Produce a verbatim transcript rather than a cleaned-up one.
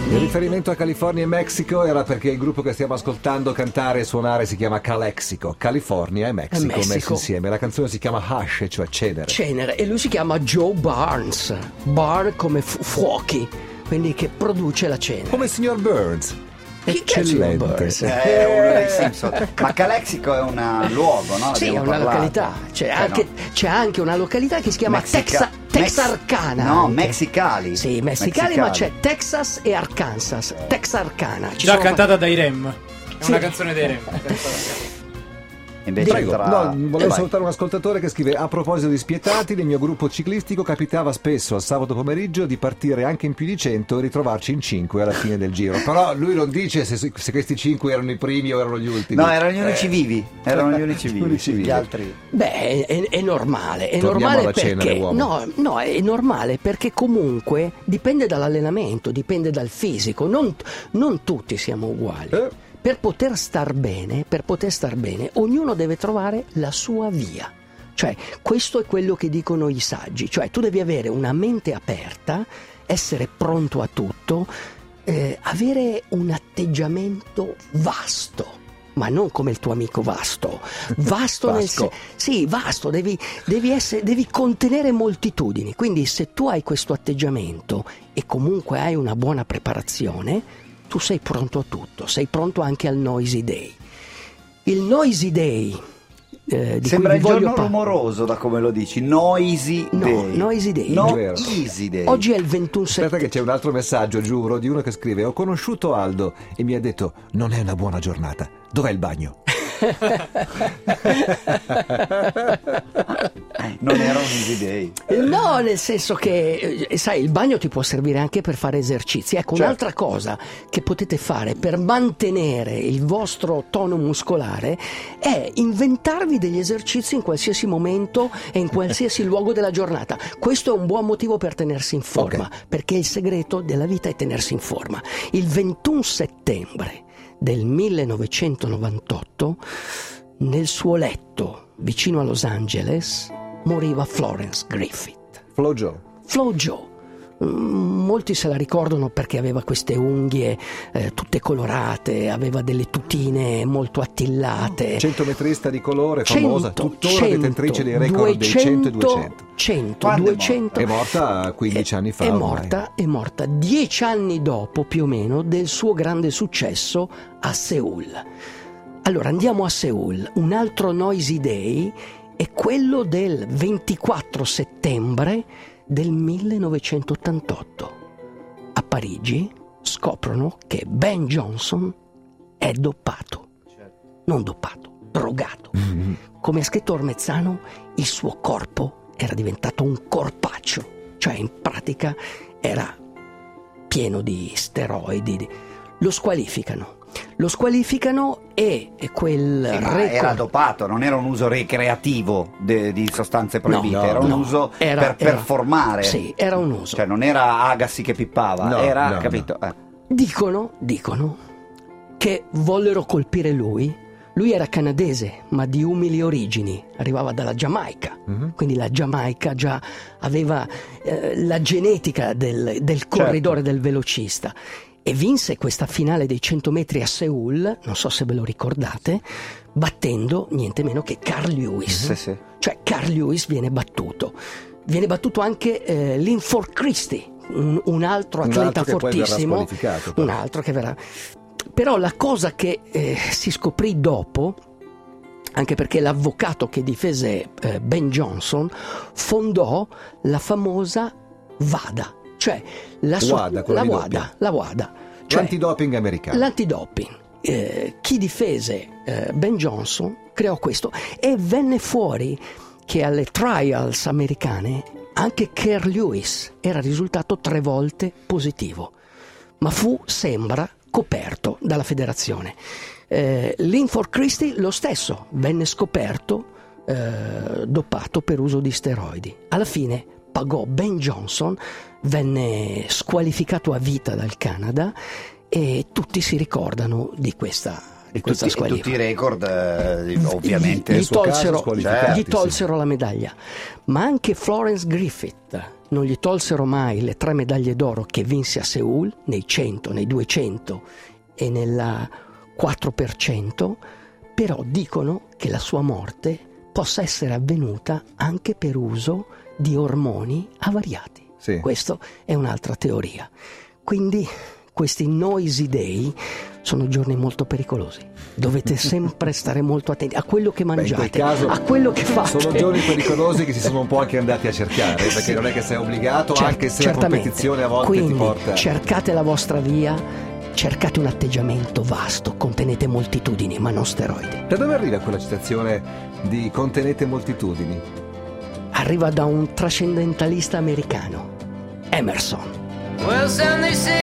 Il riferimento a California e Messico era perché il gruppo che stiamo ascoltando cantare e suonare si chiama Calexico. California e Messico, E Messico. messi insieme. La canzone si chiama Hush, cioè cenere. Cenere, e lui si chiama Joe Barnes. Barn come fu- fuochi, quindi che produce la cenere. Come il signor Burns. Chi che è il signor Burns? È uno dei Simpson. Ma Calexico è un luogo, no? Sì, è Abbiamo una parlato. località. C'è, Cioè, anche, no. c'è anche una località che si chiama Mexica- Texa- Texarkana. No, anche. Mexicali. Sì, messicali, ma c'è Texas e Arkansas. Texarkana. Ci Già sono cantata dai Rem. È Sì. una canzone dei Rem. Invece Prego. tra... No, volevo Eh, vai. salutare un ascoltatore che scrive: a proposito di spietati, nel mio gruppo ciclistico capitava spesso al sabato pomeriggio di partire anche in più di cento e ritrovarci in cinque alla fine del giro. Però lui non dice se, se questi cinque erano i primi o erano gli ultimi. No, erano gli unici Eh. vivi. Erano gli unici vivi. Unici vivi. Gli altri. Beh, è, è normale, è Torniamo normale alla cena, perché uomo. no, no, è normale perché comunque dipende dall'allenamento, dipende dal fisico, non, non tutti siamo uguali. Eh. Per poter star bene, per poter star bene, ognuno deve trovare la sua via. Cioè, questo è quello che dicono i saggi, cioè tu devi avere una mente aperta, essere pronto a tutto, eh, avere un atteggiamento vasto. Ma non come il tuo amico Vasto, vasto nel Vasco. senso, sì, vasto, devi, devi, essere, devi contenere moltitudini. Quindi se tu hai questo atteggiamento e comunque hai una buona preparazione, tu sei pronto a tutto, sei pronto anche al Noisy Day. Il Noisy Day, eh, di Sembra cui il vi voglio giorno par- rumoroso da come lo dici. Noisy No, Day. Noisy Day. No, È vero. Easy Day. Oggi è il ventuno Aspetta settembre. che c'è un altro messaggio, giuro, di uno che scrive: ho conosciuto Aldo e mi ha detto non è una buona giornata, dov'è il bagno? Non era un Easy Day. No, nel senso che, eh, sai, il bagno ti può servire anche per fare esercizi. Ecco, Certo. un'altra cosa che potete fare per mantenere il vostro tono muscolare è inventarvi degli esercizi in qualsiasi momento e in qualsiasi luogo della giornata. Questo è un buon motivo per tenersi in forma, perché il segreto della vita è tenersi in forma. Il ventuno settembre del millenovecentonovantotto, nel suo letto vicino a Los Angeles, moriva Florence Griffith. Flo Joe. Flo Joe. Mm, Molti se la ricordano perché aveva queste unghie eh, tutte colorate, aveva delle tutine molto attillate. Centometrista di colore, famosa, cento, tuttora cento, detentrice dei record dei cento e duecento. cento, Quando è duecento. È morta quindici anni fa. È ormai. morta, è morta dieci anni dopo più o meno del suo grande successo a Seoul. Allora andiamo a Seoul. Un altro Noisy Day è quello del ventiquattro settembre del millenovecentottantotto. A Parigi scoprono che Ben Johnson è doppato. Non doppato, drogato. Mm-hmm. Come ha scritto Ormezzano, il suo corpo era diventato un corpaccio, cioè in pratica era pieno di steroidi. Lo squalificano. Lo squalificano e quel Sì, ma record... era dopato, non era un uso ricreativo de- di sostanze proibite, No, era un no, uso era- per era- performare. Sì, era un uso. Cioè non era Agassi che pippava, No, era, no, capito? Eh. Dicono, dicono che vollero colpire lui. Lui era canadese, ma di umili origini, arrivava dalla Giamaica. Mhm. Quindi la Giamaica già aveva eh, la genetica del, del corridore, del velocista. E vinse questa finale dei cento metri a Seoul, non so se ve lo ricordate, battendo niente meno che Carl Lewis. Sì, sì. Cioè Carl Lewis viene battuto. Viene battuto anche eh, Linford Christie, un, un altro Un atleta altro che poi verrà fortissimo. squalificato, però. Un altro che verrà... Però la cosa che eh, si scoprì dopo, anche perché l'avvocato che difese eh, Ben Johnson fondò la famosa WADA, cioè la, sua- WADA, quella la di WADA, doppio. la WADA, cioè L'antidoping americano. l'antidoping. Eh, chi difese eh, Ben Johnson creò questo e venne fuori che alle trials americane anche Carl Lewis era risultato tre volte positivo, ma fu, sembra, coperto dalla federazione. Eh, Linford Christie lo stesso, venne scoperto eh, dopato per uso di steroidi. Alla fine pagò Ben Johnson, venne squalificato a vita dal Canada e tutti si ricordano di questa, di E questa tutti, e squalifica. tutti i record, eh, ovviamente. Gli, nel gli suo caso tolsero, squalificati, gli tolsero la medaglia, ma anche Florence Griffith, non gli tolsero mai le tre medaglie d'oro che vinse a Seul, nei cento, nei duecento e nel quattro per cento, però dicono che la sua morte possa essere avvenuta anche per uso di ormoni avariati. Sì. Questa è un'altra teoria. Quindi questi noisy day sono giorni molto pericolosi. Dovete sempre stare molto attenti a quello che Beh, in mangiate, quel caso a quello che fate. sono giorni pericolosi che si sono un po' anche andati a cercare, perché Sì. non è che sei obbligato, Cer- anche se certamente. la competizione a volte Quindi, ti porta. cercate la vostra via, cercate un atteggiamento vasto, contenete moltitudini, ma non steroidi. Da dove arriva quella citazione di contenete moltitudini? Arriva da un trascendentalista americano, Emerson. Well, some they say